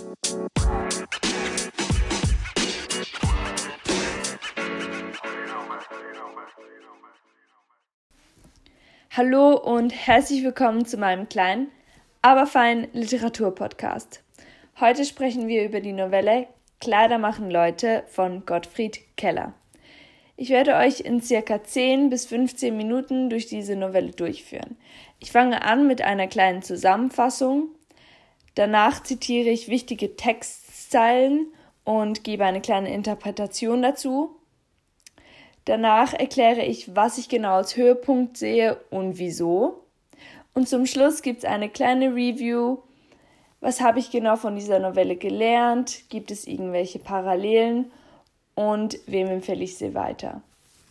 Hallo und herzlich willkommen zu meinem kleinen, aber feinen Literaturpodcast. Heute sprechen wir über die Novelle Kleider machen Leute von Gottfried Keller. Ich werde euch in circa 10 bis 15 Minuten durch diese Novelle durchführen. Ich fange an mit einer kleinen Zusammenfassung. Danach zitiere ich wichtige Textzeilen und gebe eine kleine Interpretation dazu. Danach erkläre ich, was ich genau als Höhepunkt sehe und wieso. Und zum Schluss gibt es eine kleine Review. Was habe ich genau von dieser Novelle gelernt? Gibt es irgendwelche Parallelen? Und wem empfehle ich sie weiter?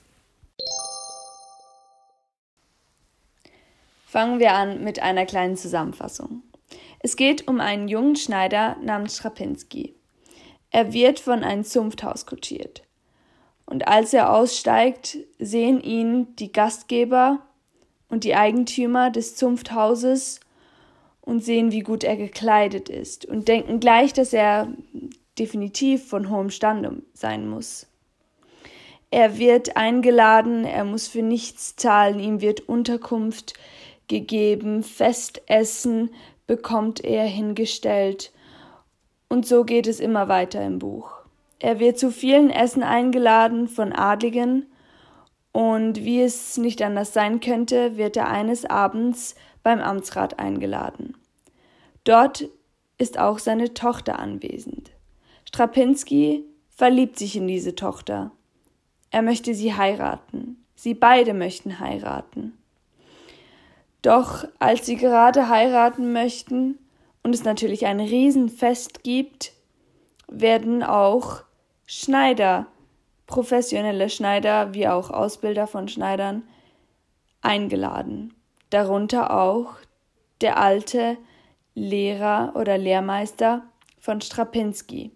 Fangen wir an mit einer kleinen Zusammenfassung. Es geht um einen jungen Schneider namens Strapinski. Er wird von einem Zunfthaus kutschiert. Und als er aussteigt, sehen ihn die Gastgeber und die Eigentümer des Zunfthauses und sehen, wie gut er gekleidet ist und denken gleich, dass er definitiv von hohem Stande sein muss. Er wird eingeladen, er muss für nichts zahlen, ihm wird Unterkunft gegeben, Festessen bekommt er hingestellt und so geht es immer weiter im Buch. Er wird zu vielen Essen eingeladen von Adligen und wie es nicht anders sein könnte, wird er eines Abends beim Amtsrat eingeladen. Dort ist auch seine Tochter anwesend. Strapinski verliebt sich in diese Tochter. Er möchte sie heiraten. Sie beide möchten heiraten. Doch als sie gerade heiraten möchten und es natürlich ein Riesenfest gibt, werden auch Schneider, professionelle Schneider wie auch Ausbilder von Schneidern, eingeladen. Darunter auch der alte Lehrer oder Lehrmeister von Strapinski.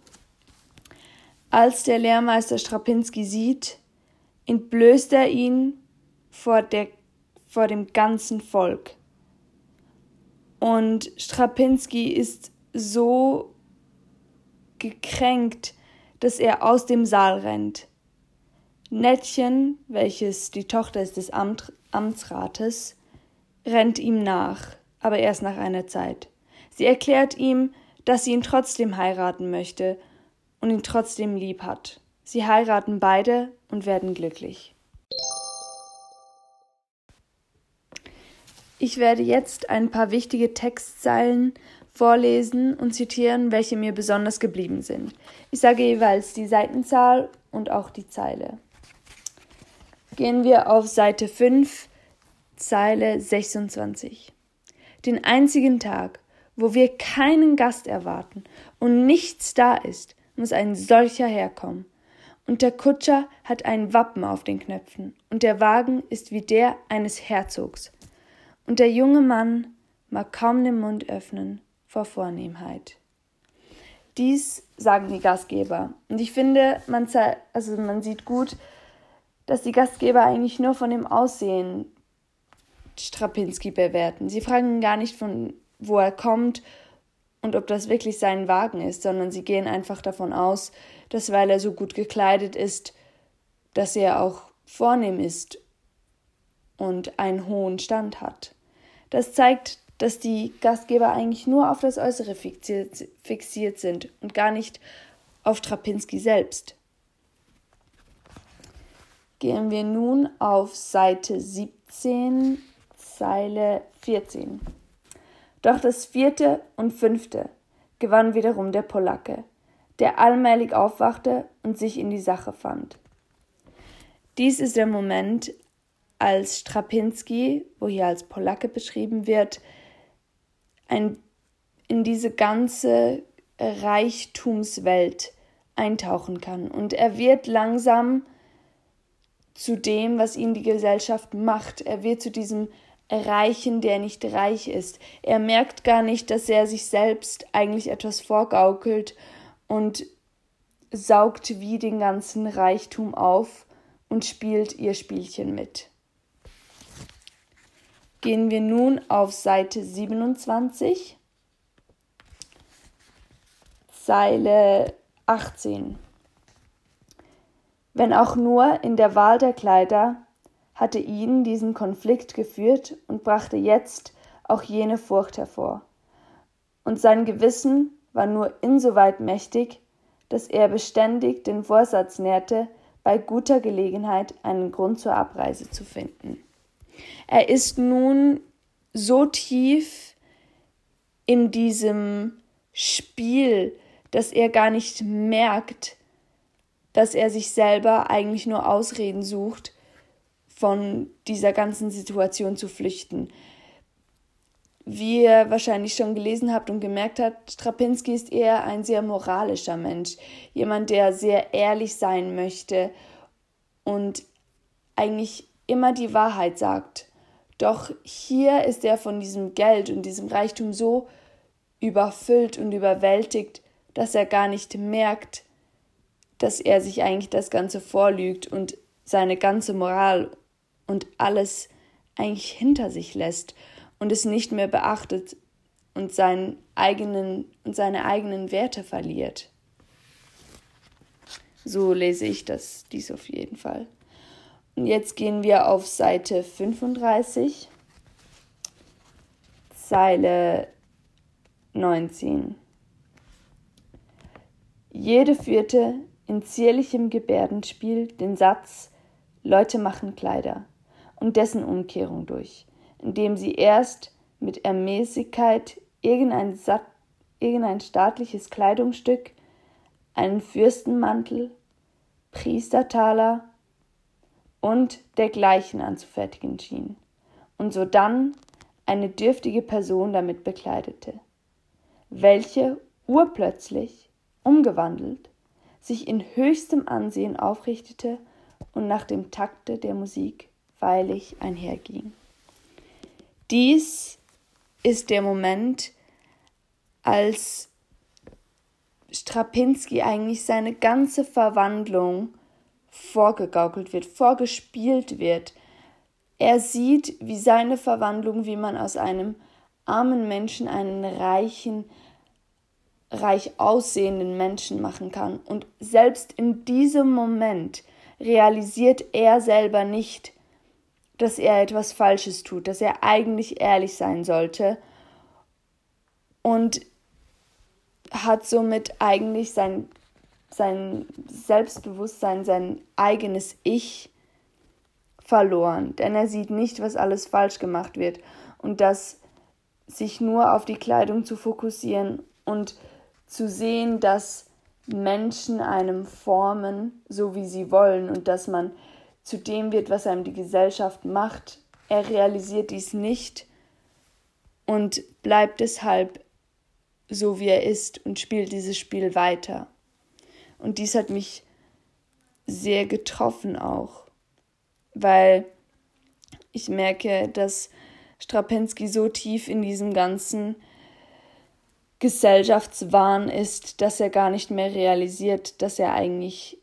Als der Lehrmeister Strapinski sieht, entblößt er ihn vor dem ganzen Volk. Und Strapinski ist so gekränkt, dass er aus dem Saal rennt. Nettchen, welches die Tochter ist des Amtsrates, rennt ihm nach, aber erst nach einer Zeit. Sie erklärt ihm, dass sie ihn trotzdem heiraten möchte und ihn trotzdem lieb hat. Sie heiraten beide und werden glücklich. Ich werde jetzt ein paar wichtige Textzeilen vorlesen und zitieren, welche mir besonders geblieben sind. Ich sage jeweils die Seitenzahl und auch die Zeile. Gehen wir auf Seite 5, Zeile 26. Den einzigen Tag, wo wir keinen Gast erwarten und nichts da ist, muss ein solcher herkommen. Und der Kutscher hat ein Wappen auf den Knöpfen, und der Wagen ist wie der eines Herzogs. Und der junge Mann mag kaum den Mund öffnen vor Vornehmheit. Dies sagen die Gastgeber. Und ich finde, man sieht gut, dass die Gastgeber eigentlich nur von dem Aussehen Strapinski bewerten. Sie fragen gar nicht, von wo er kommt und ob das wirklich sein Wagen ist, sondern sie gehen einfach davon aus, dass weil er so gut gekleidet ist, dass er auch vornehm ist und einen hohen Stand hat. Das zeigt, dass die Gastgeber eigentlich nur auf das Äußere fixiert sind und gar nicht auf Strapinski selbst. Gehen wir nun auf Seite 17, Zeile 14. Doch das 4. und 5. gewann wiederum der Polacke, der allmählich aufwachte und sich in die Sache fand. Dies ist der Moment, als Strapinski, wo hier als Polacke beschrieben wird, in diese ganze Reichtumswelt eintauchen kann. Und er wird langsam zu dem, was ihn die Gesellschaft macht. Er wird zu diesem Reichen, der nicht reich ist. Er merkt gar nicht, dass er sich selbst eigentlich etwas vorgaukelt und saugt wie den ganzen Reichtum auf und spielt ihr Spielchen mit. Gehen wir nun auf Seite 27. Zeile 18. Wenn auch nur in der Wahl der Kleider, hatte ihn diesen Konflikt geführt und brachte jetzt auch jene Furcht hervor. Und sein Gewissen war nur insoweit mächtig, dass er beständig den Vorsatz nährte, bei guter Gelegenheit einen Grund zur Abreise zu finden. Er ist nun so tief in diesem Spiel, dass er gar nicht merkt, dass er sich selber eigentlich nur Ausreden sucht, von dieser ganzen Situation zu flüchten. Wie ihr wahrscheinlich schon gelesen habt und gemerkt habt, Straczynski ist eher ein sehr moralischer Mensch. Jemand, der sehr ehrlich sein möchte und eigentlich immer die Wahrheit sagt. Doch hier ist er von diesem Geld und diesem Reichtum so überfüllt und überwältigt, dass er gar nicht merkt, dass er sich eigentlich das Ganze vorlügt und seine ganze Moral und alles eigentlich hinter sich lässt und es nicht mehr beachtet und seine eigenen Werte verliert. So lese ich dies auf jeden Fall. Und jetzt gehen wir auf Seite 35, Zeile 19. Jede führte in zierlichem Gebärdenspiel den Satz Leute machen Kleider und dessen Umkehrung durch, indem sie erst mit Ermäßigkeit irgendein staatliches Kleidungsstück, einen Fürstenmantel, Priestertaler und dergleichen anzufertigen schien und sodann eine dürftige Person damit bekleidete, welche urplötzlich, umgewandelt, sich in höchstem Ansehen aufrichtete und nach dem Takte der Musik feierlich einherging. Dies ist der Moment, als Straczynski eigentlich seine ganze Verwandlung vorgegaukelt wird, vorgespielt wird. Er sieht, wie seine Verwandlung, wie man aus einem armen Menschen einen reich aussehenden Menschen machen kann. Und selbst in diesem Moment realisiert er selber nicht, dass er etwas Falsches tut, dass er eigentlich ehrlich sein sollte und hat somit eigentlich sein Selbstbewusstsein, sein eigenes Ich verloren. Denn er sieht nicht, was alles falsch gemacht wird und dass sich nur auf die Kleidung zu fokussieren und zu sehen, dass Menschen einem formen, so wie sie wollen und dass man zu dem wird, was einem die Gesellschaft macht. Er realisiert dies nicht und bleibt deshalb so, wie er ist und spielt dieses Spiel weiter. Und dies hat mich sehr getroffen auch, weil ich merke, dass Straczynski so tief in diesem ganzen Gesellschaftswahn ist, dass er gar nicht mehr realisiert, dass er eigentlich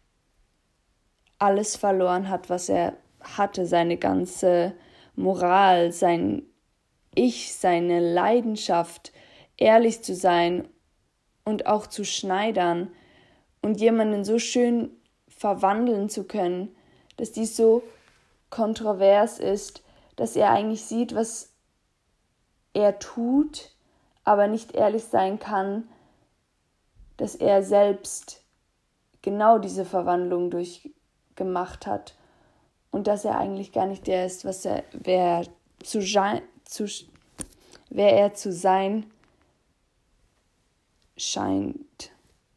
alles verloren hat, was er hatte, seine ganze Moral, sein Ich, seine Leidenschaft, ehrlich zu sein und auch zu schneidern und jemanden so schön verwandeln zu können, dass dies so kontrovers ist, dass er eigentlich sieht, was er tut, aber nicht ehrlich sein kann, dass er selbst genau diese Verwandlung durchgemacht hat und dass er eigentlich gar nicht der ist, wer er zu sein scheint.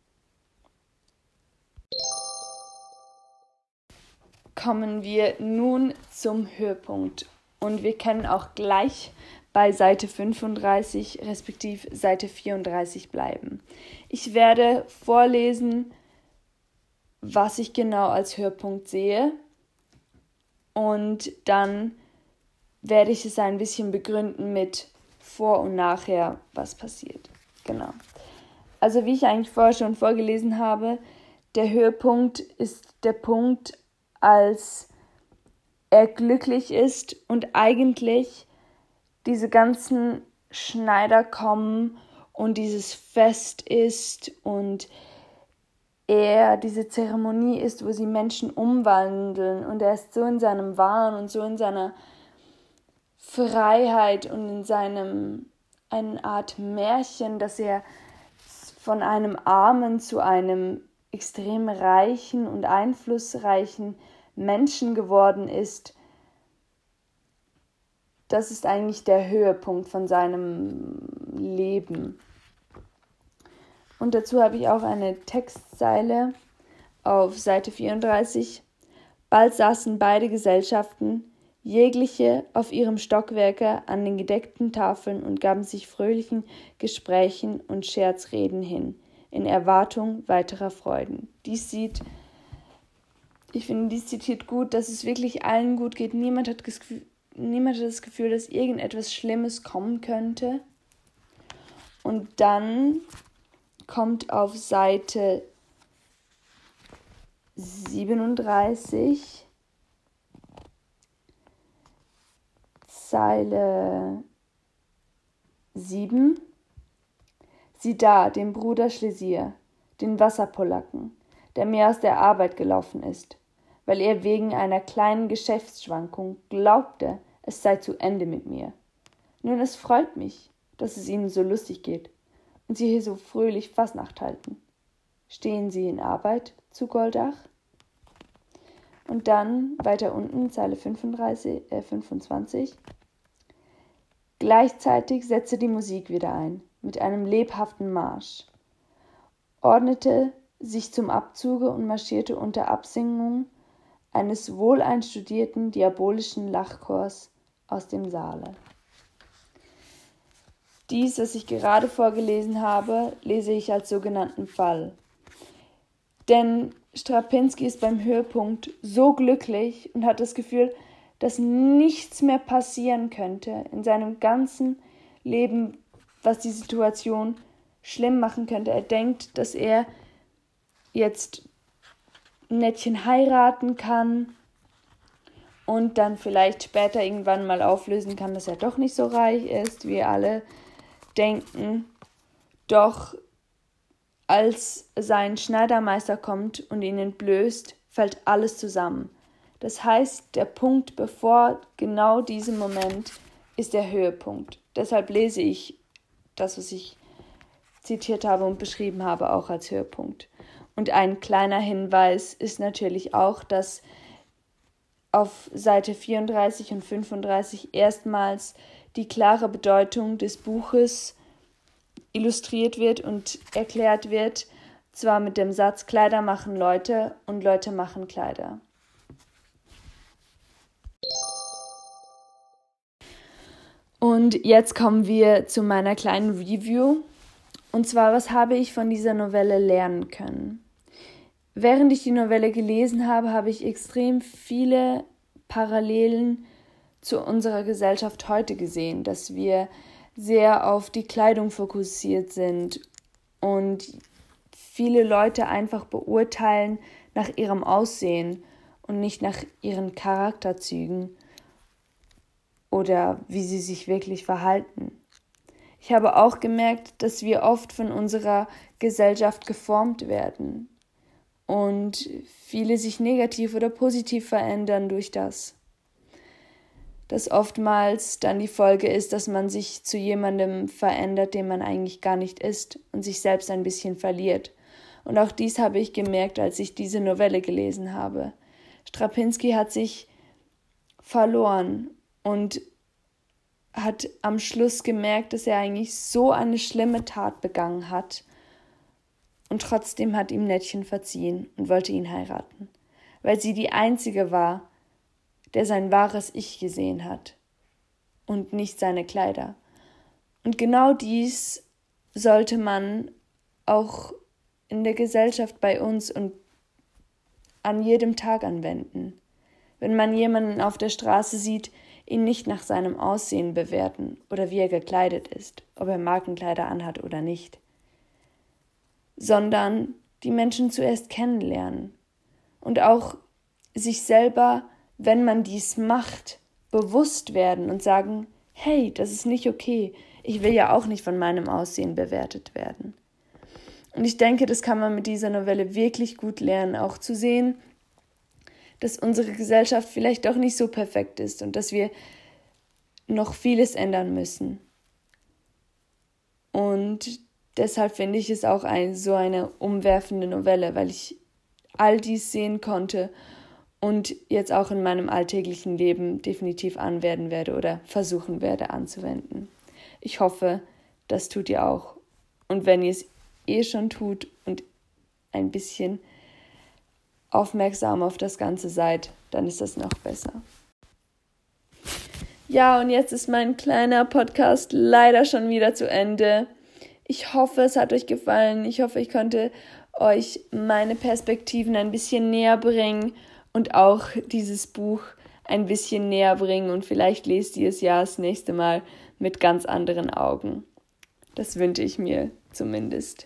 Kommen wir nun zum Höhepunkt und wir können auch gleich bei Seite 35 respektive Seite 34 bleiben. Ich werde vorlesen, was ich genau als Höhepunkt sehe und dann werde ich es ein bisschen begründen mit vor und nachher, was passiert. Genau. Also wie ich eigentlich vorher schon vorgelesen habe, der Höhepunkt ist der Punkt, als er glücklich ist und eigentlich diese ganzen Schneider kommen und dieses Fest ist und diese Zeremonie ist, wo sie Menschen umwandeln und er ist so in seinem Wahn und so in seiner Freiheit und in eine Art Märchen, dass er von einem Armen zu einem extrem reichen und einflussreichen Menschen geworden ist. Das ist eigentlich der Höhepunkt von seinem Leben. Und dazu habe ich auch eine Textzeile auf Seite 34. Bald saßen beide Gesellschaften, jegliche auf ihrem Stockwerke an den gedeckten Tafeln und gaben sich fröhlichen Gesprächen und Scherzreden hin, in Erwartung weiterer Freuden. Ich finde, dies zitiert gut, dass es wirklich allen gut geht. Niemand hat das Gefühl, dass irgendetwas Schlimmes kommen könnte. Und dann kommt auf Seite 37 Zeile 7. Sieh da, den Bruder Schlesier, den Wasserpolacken, der mir aus der Arbeit gelaufen ist, weil er wegen einer kleinen Geschäftsschwankung glaubte, es sei zu Ende mit mir. Nun, es freut mich, dass es Ihnen so lustig geht und Sie hier so fröhlich Fasnacht halten. Stehen Sie in Arbeit zu Goldach? Und dann weiter unten, Zeile 25. Gleichzeitig setzte die Musik wieder ein, mit einem lebhaften Marsch, ordnete sich zum Abzuge und marschierte unter Absingung eines wohleinstudierten diabolischen Lachchors aus dem Saale. Dies, was ich gerade vorgelesen habe, lese ich als sogenannten Fall. Denn Straczynski ist beim Höhepunkt so glücklich und hat das Gefühl, dass nichts mehr passieren könnte in seinem ganzen Leben, was die Situation schlimm machen könnte. Er denkt, dass er jetzt ein Nettchen heiraten kann und dann vielleicht später irgendwann mal auflösen kann, dass er doch nicht so reich ist, wie alle denken. Doch als sein Schneidermeister kommt und ihn entblößt, fällt alles zusammen. Das heißt, der Punkt bevor genau diesem Moment ist der Höhepunkt. Deshalb lese ich das, was ich zitiert habe und beschrieben habe, auch als Höhepunkt. Und ein kleiner Hinweis ist natürlich auch, dass auf Seite 34 und 35 erstmals die klare Bedeutung des Buches illustriert wird und erklärt wird, zwar mit dem Satz, Kleider machen Leute und Leute machen Kleider. Und jetzt kommen wir zu meiner kleinen Review. Und zwar, was habe ich von dieser Novelle lernen können? Während ich die Novelle gelesen habe, habe ich extrem viele Parallelen zu unserer Gesellschaft heute gesehen, dass wir sehr auf die Kleidung fokussiert sind und viele Leute einfach beurteilen nach ihrem Aussehen und nicht nach ihren Charakterzügen oder wie sie sich wirklich verhalten. Ich habe auch gemerkt, dass wir oft von unserer Gesellschaft geformt werden und viele sich negativ oder positiv verändern durch das. Dass oftmals dann die Folge ist, dass man sich zu jemandem verändert, den man eigentlich gar nicht ist und sich selbst ein bisschen verliert. Und auch dies habe ich gemerkt, als ich diese Novelle gelesen habe. Straczynski hat sich verloren und hat am Schluss gemerkt, dass er eigentlich so eine schlimme Tat begangen hat. Und trotzdem hat ihm Nettchen verziehen und wollte ihn heiraten, weil sie die Einzige war, der sein wahres Ich gesehen hat und nicht seine Kleider. Und genau dies sollte man auch in der Gesellschaft bei uns und an jedem Tag anwenden. Wenn man jemanden auf der Straße sieht, ihn nicht nach seinem Aussehen bewerten oder wie er gekleidet ist, ob er Markenkleider anhat oder nicht, sondern die Menschen zuerst kennenlernen und auch sich selber, wenn man dies macht, bewusst werden und sagen, hey, das ist nicht okay, Ich will ja auch nicht von meinem Aussehen bewertet werden. Und ich denke, das kann man mit dieser Novelle wirklich gut lernen, auch zu sehen, dass unsere Gesellschaft vielleicht doch nicht so perfekt ist und dass wir noch vieles ändern müssen. Und deshalb finde ich es auch so eine umwerfende Novelle, weil ich all dies sehen konnte und jetzt auch in meinem alltäglichen Leben definitiv anwenden werde oder versuchen werde anzuwenden. Ich hoffe, das tut ihr auch. Und wenn ihr es schon tut und ein bisschen aufmerksam auf das Ganze seid, dann ist das noch besser. Ja, und jetzt ist mein kleiner Podcast leider schon wieder zu Ende. Ich hoffe, es hat euch gefallen. Ich hoffe, ich konnte euch meine Perspektiven ein bisschen näher bringen und auch dieses Buch ein bisschen näher bringen. Und vielleicht lest ihr es ja das nächste Mal mit ganz anderen Augen. Das wünsche ich mir zumindest.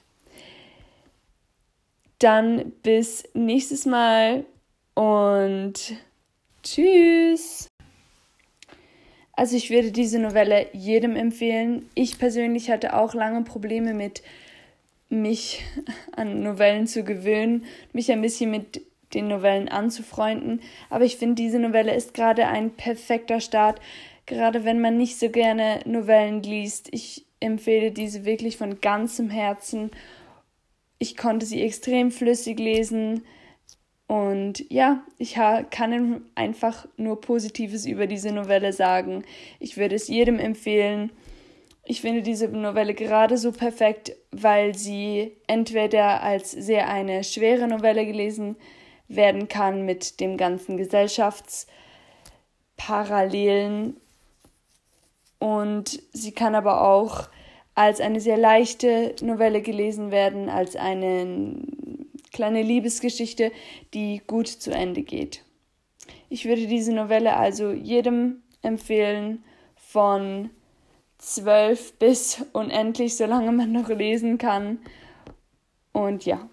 Dann bis nächstes Mal und tschüss! Also ich würde diese Novelle jedem empfehlen. Ich persönlich hatte auch lange Probleme mit mich an Novellen zu gewöhnen, mich ein bisschen mit den Novellen anzufreunden. Aber ich finde, diese Novelle ist gerade ein perfekter Start, gerade wenn man nicht so gerne Novellen liest. Ich empfehle diese wirklich von ganzem Herzen. Ich konnte sie extrem flüssig lesen. Und ja, ich kann einfach nur Positives über diese Novelle sagen. Ich würde es jedem empfehlen. Ich finde diese Novelle gerade so perfekt, weil sie entweder als sehr eine schwere Novelle gelesen werden kann mit dem ganzen Gesellschaftsparallelen. Und sie kann aber auch als eine sehr leichte Novelle gelesen werden, als eine kleine Liebesgeschichte, die gut zu Ende geht. Ich würde diese Novelle also jedem empfehlen, von 12 bis unendlich, solange man noch lesen kann. Und ja.